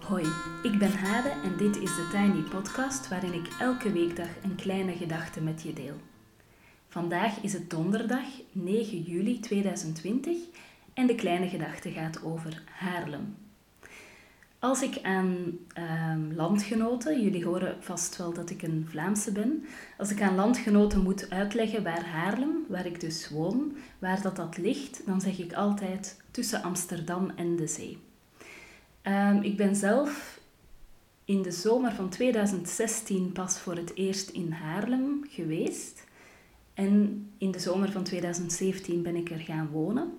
Hoi, ik ben Hade en dit is de Tiny Podcast waarin ik elke weekdag een kleine gedachte met je deel. Vandaag is het donderdag 9 juli 2020 en de kleine gedachte gaat over Haarlem. Als ik aan landgenoten, jullie horen vast wel dat ik een Vlaamse ben, als ik aan landgenoten moet uitleggen waar Haarlem, waar ik dus woon, waar dat ligt, dan zeg ik altijd tussen Amsterdam en de zee. Ik ben zelf in de zomer van 2016 pas voor het eerst in Haarlem geweest. En in de zomer van 2017 ben ik er gaan wonen.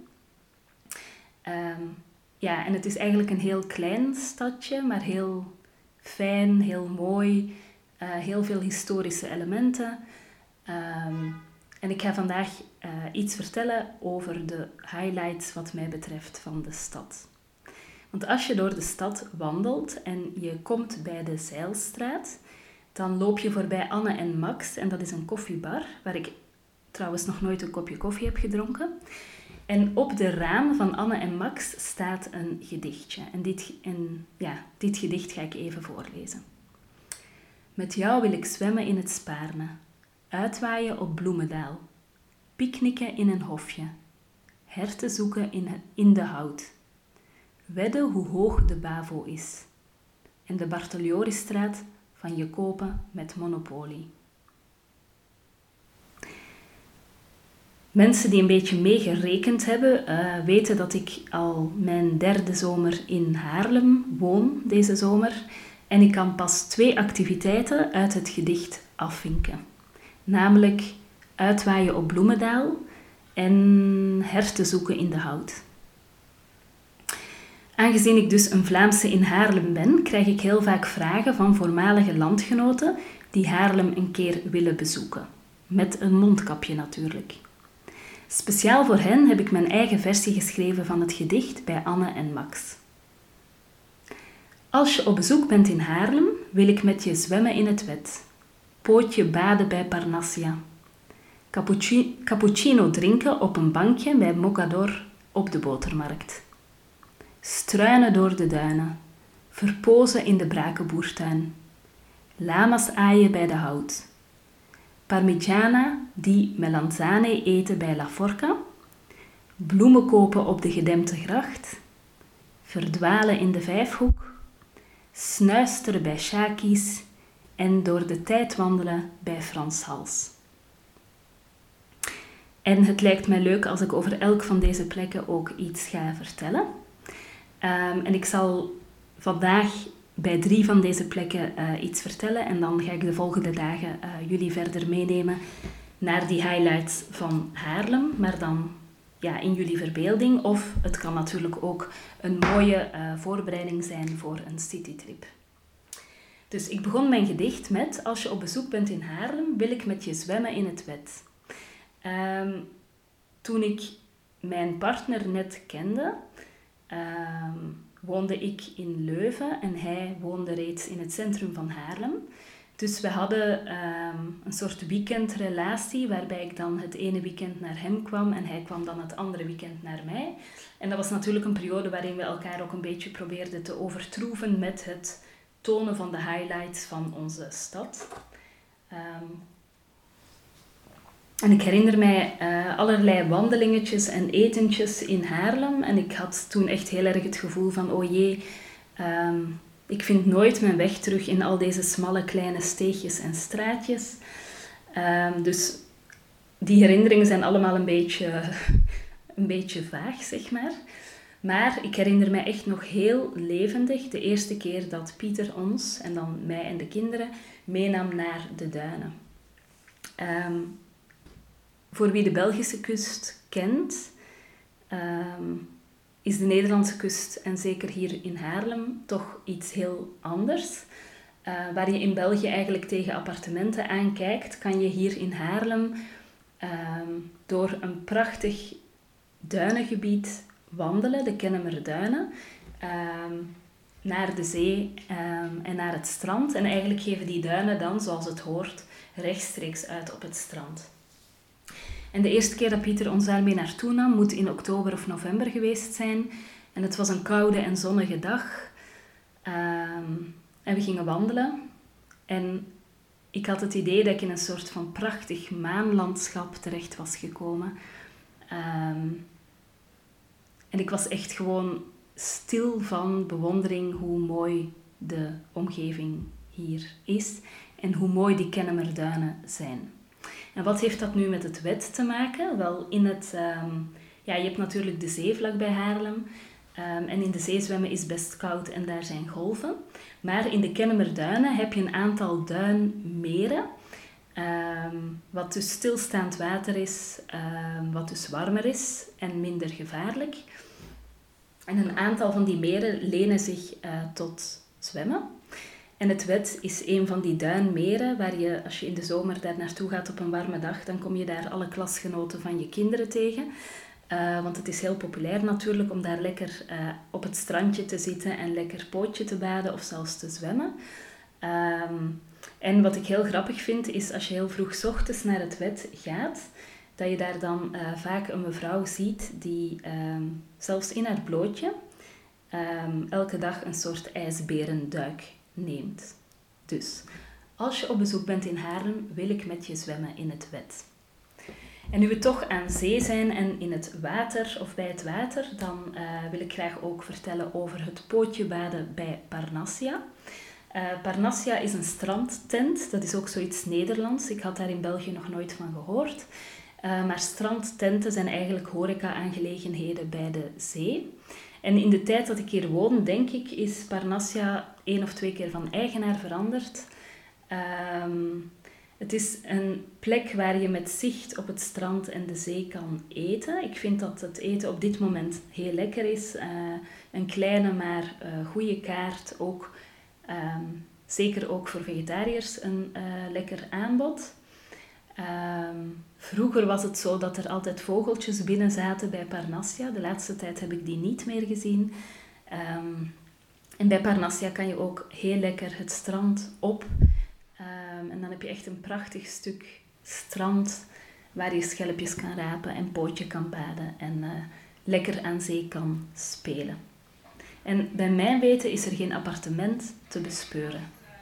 En het is eigenlijk een heel klein stadje, maar heel fijn, heel mooi. Heel veel historische elementen. En ik ga vandaag iets vertellen over de highlights wat mij betreft van de stad. Want als je door de stad wandelt en je komt bij de Zijlstraat, dan loop je voorbij Anne en Max. En dat is een koffiebar, waar ik trouwens nog nooit een kopje koffie heb gedronken. En op de ramen van Anne en Max staat een gedichtje. En dit gedicht ga ik even voorlezen. Met jou wil ik zwemmen in het Spaarne, uitwaaien op Bloemendaal, picknicken in een hofje, herten zoeken in de hout. Wedden hoe hoog de Bavo is. En de Bartolioristraat van je kopen met Monopoly. Mensen die een beetje meegerekend hebben, weten dat ik al mijn 3e zomer in Haarlem woon deze zomer. En ik kan pas 2 activiteiten uit het gedicht afvinken. Namelijk uitwaaien op Bloemendaal en herten zoeken in de hout. Aangezien ik dus een Vlaamse in Haarlem ben, krijg ik heel vaak vragen van voormalige landgenoten die Haarlem een keer willen bezoeken. Met een mondkapje natuurlijk. Speciaal voor hen heb ik mijn eigen versie geschreven van het gedicht bij Anne en Max. Als je op bezoek bent in Haarlem, wil ik met je zwemmen in het Wet. Pootje baden bij Parnassia. Cappuccino drinken op een bankje bij Mocador op de botermarkt. Struinen door de duinen, verpozen in de brakenboertuin, lama's aaien bij de hout, parmigiana di melanzane eten bij La Forca, bloemen kopen op de gedempte gracht, verdwalen in de Vijfhoek, snuisteren bij Shaki's en door de tijd wandelen bij Frans Hals. En het lijkt mij leuk als ik over elk van deze plekken ook iets ga vertellen. En ik zal vandaag bij 3 van deze plekken iets vertellen en dan ga ik de volgende dagen jullie verder meenemen naar die highlights van Haarlem, maar dan in jullie verbeelding. Of het kan natuurlijk ook een mooie voorbereiding zijn voor een citytrip. Dus ik begon mijn gedicht met: als je op bezoek bent in Haarlem, wil ik met je zwemmen in het Wet. Toen ik mijn partner net kende, woonde ik in Leuven en hij woonde reeds in het centrum van Haarlem. Dus we hadden een soort weekendrelatie waarbij ik dan het ene weekend naar hem kwam en hij kwam dan het andere weekend naar mij. En dat was natuurlijk een periode waarin we elkaar ook een beetje probeerden te overtroeven met het tonen van de highlights van onze stad. En ik herinner mij allerlei wandelingetjes en etentjes in Haarlem. En ik had toen echt heel erg het gevoel van, oh jee, ik vind nooit mijn weg terug in al deze smalle kleine steegjes en straatjes. Dus die herinneringen zijn allemaal een beetje vaag, zeg maar. Maar ik herinner mij echt nog heel levendig de eerste keer dat Pieter ons, en dan mij en de kinderen, meenam naar de duinen. Voor wie de Belgische kust kent, is de Nederlandse kust, en zeker hier in Haarlem, toch iets heel anders. Waar je in België eigenlijk tegen appartementen aankijkt, kan je hier in Haarlem door een prachtig duinengebied wandelen, de Kennemerduinen, naar de zee en naar het strand. En eigenlijk geven die duinen dan, zoals het hoort, rechtstreeks uit op het strand. En de eerste keer dat Pieter ons daarmee naartoe nam, moet in oktober of november geweest zijn. En het was een koude en zonnige dag. En we gingen wandelen. En ik had het idee dat ik in een soort van prachtig maanlandschap terecht was gekomen. En ik was echt gewoon stil van bewondering hoe mooi de omgeving hier is. En hoe mooi die Kennemerduinen zijn. En wat heeft dat nu met het Wet te maken? Wel, je hebt natuurlijk de zee vlakbij Haarlem. En in de zee zwemmen is best koud en daar zijn golven. Maar in de Kennemerduinen heb je een aantal duinmeren. Wat dus stilstaand water is, wat dus warmer is en minder gevaarlijk. En een aantal van die meren lenen zich tot zwemmen. En het Wet is een van die duinmeren waar je, als je in de zomer daar naartoe gaat op een warme dag, dan kom je daar alle klasgenoten van je kinderen tegen. Want het is heel populair natuurlijk om daar lekker op het strandje te zitten en lekker pootje te baden of zelfs te zwemmen. En wat ik heel grappig vind is als je heel vroeg 's ochtends naar het Wet gaat, dat je daar dan vaak een mevrouw ziet die zelfs in haar blootje elke dag een soort ijsberenduik neemt. Dus als je op bezoek bent in Haarlem, wil ik met je zwemmen in het Wet. En nu we toch aan zee zijn en in het water of bij het water, dan wil ik graag ook vertellen over het pootje baden bij Parnassia. Parnassia is een strandtent, dat is ook zoiets Nederlands. Ik had daar in België nog nooit van gehoord. Maar strandtenten zijn eigenlijk horeca-aangelegenheden bij de zee. En in de tijd dat ik hier woon, denk ik, is Parnassia 1 of 2 keer van eigenaar veranderd. Het is een plek waar je met zicht op het strand en de zee kan eten. Ik vind dat het eten op dit moment heel lekker is. Een kleine maar goede kaart, ook, zeker ook voor vegetariërs een lekker aanbod. Vroeger was het zo dat er altijd vogeltjes binnen zaten bij Parnassia. De laatste tijd heb ik die niet meer gezien. En bij Parnassia kan je ook heel lekker het strand op. En dan heb je echt een prachtig stuk strand waar je schelpjes kan rapen en pootje kan baden en lekker aan zee kan spelen. En bij mijn weten is er geen appartement te bespeuren.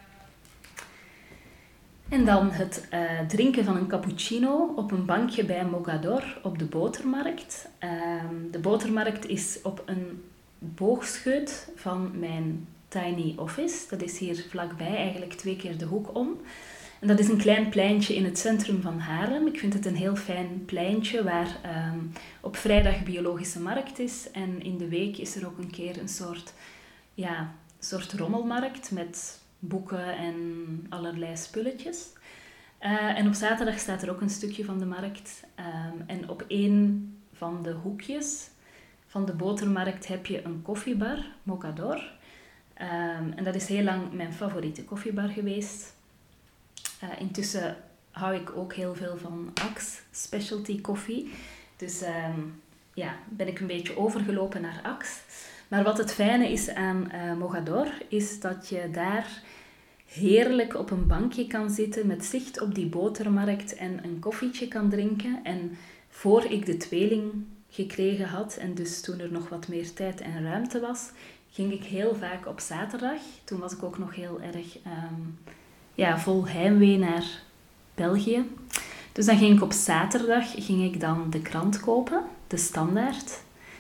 En dan het drinken van een cappuccino op een bankje bij Mogador op de Botermarkt. De Botermarkt is op een boogscheut van mijn tiny office. Dat is hier vlakbij, eigenlijk 2 keer de hoek om. En dat is een klein pleintje in het centrum van Haarlem. Ik vind het een heel fijn pleintje waar op vrijdag biologische markt is. En in de week is er ook een keer een soort rommelmarkt met boeken en allerlei spulletjes. En op zaterdag staat er ook een stukje van de markt. En op een van de hoekjes van de Botermarkt heb je een koffiebar, Mogador. En dat is heel lang mijn favoriete koffiebar geweest. Intussen hou ik ook heel veel van Axe specialty koffie. Dus ben ik een beetje overgelopen naar Axe. Maar wat het fijne is aan Mogador, is dat je daar heerlijk op een bankje kan zitten met zicht op die Botermarkt en een koffietje kan drinken. En voor ik de tweeling gekregen had, en dus toen er nog wat meer tijd en ruimte was, ging ik heel vaak op zaterdag. Toen was ik ook nog heel erg vol heimwee naar België. Dus dan ging ik op zaterdag dan de krant kopen, de Standaard.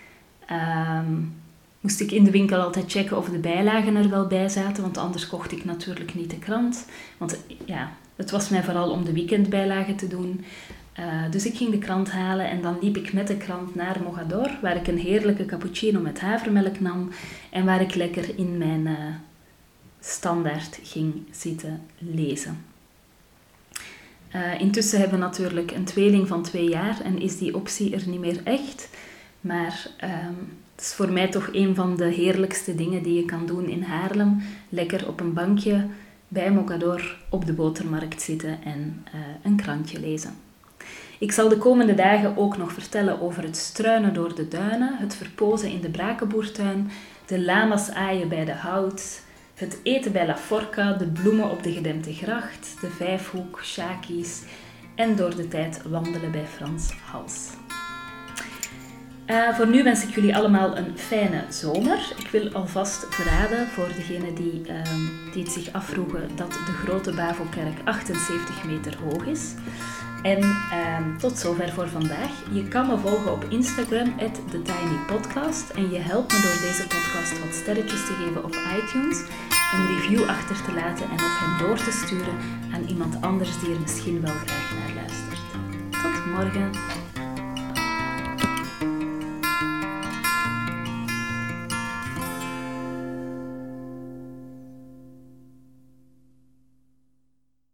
Moest ik in de winkel altijd checken of de bijlagen er wel bij zaten, want anders kocht ik natuurlijk niet de krant. Want het was mij vooral om de weekendbijlagen te doen. Dus ik ging de krant halen en dan liep ik met de krant naar Mogador, waar ik een heerlijke cappuccino met havermelk nam en waar ik lekker in mijn Standaard ging zitten lezen. Intussen hebben we natuurlijk een tweeling van 2 jaar en is die optie er niet meer echt. Maar het is voor mij toch een van de heerlijkste dingen die je kan doen in Haarlem. Lekker op een bankje bij Mogador op de Botermarkt zitten en een krantje lezen. Ik zal de komende dagen ook nog vertellen over het struinen door de duinen, het verpozen in de Brakenboertuin, de lama's aaien bij de Hout, het eten bij La Forca, de bloemen op de gedempte gracht, de Vijfhoek, Shaki's en door de tijd wandelen bij Frans Hals. Voor nu wens ik jullie allemaal een fijne zomer. Ik wil alvast verraden voor degenen die het zich afvroegen dat de Grote Bavo-kerk 78 meter hoog is. En tot zover voor vandaag. Je kan me volgen op Instagram @TheTinyPodcast en je helpt me door deze podcast wat sterretjes te geven op iTunes, een review achter te laten en of hem door te sturen aan iemand anders die er misschien wel graag naar luistert. Tot morgen!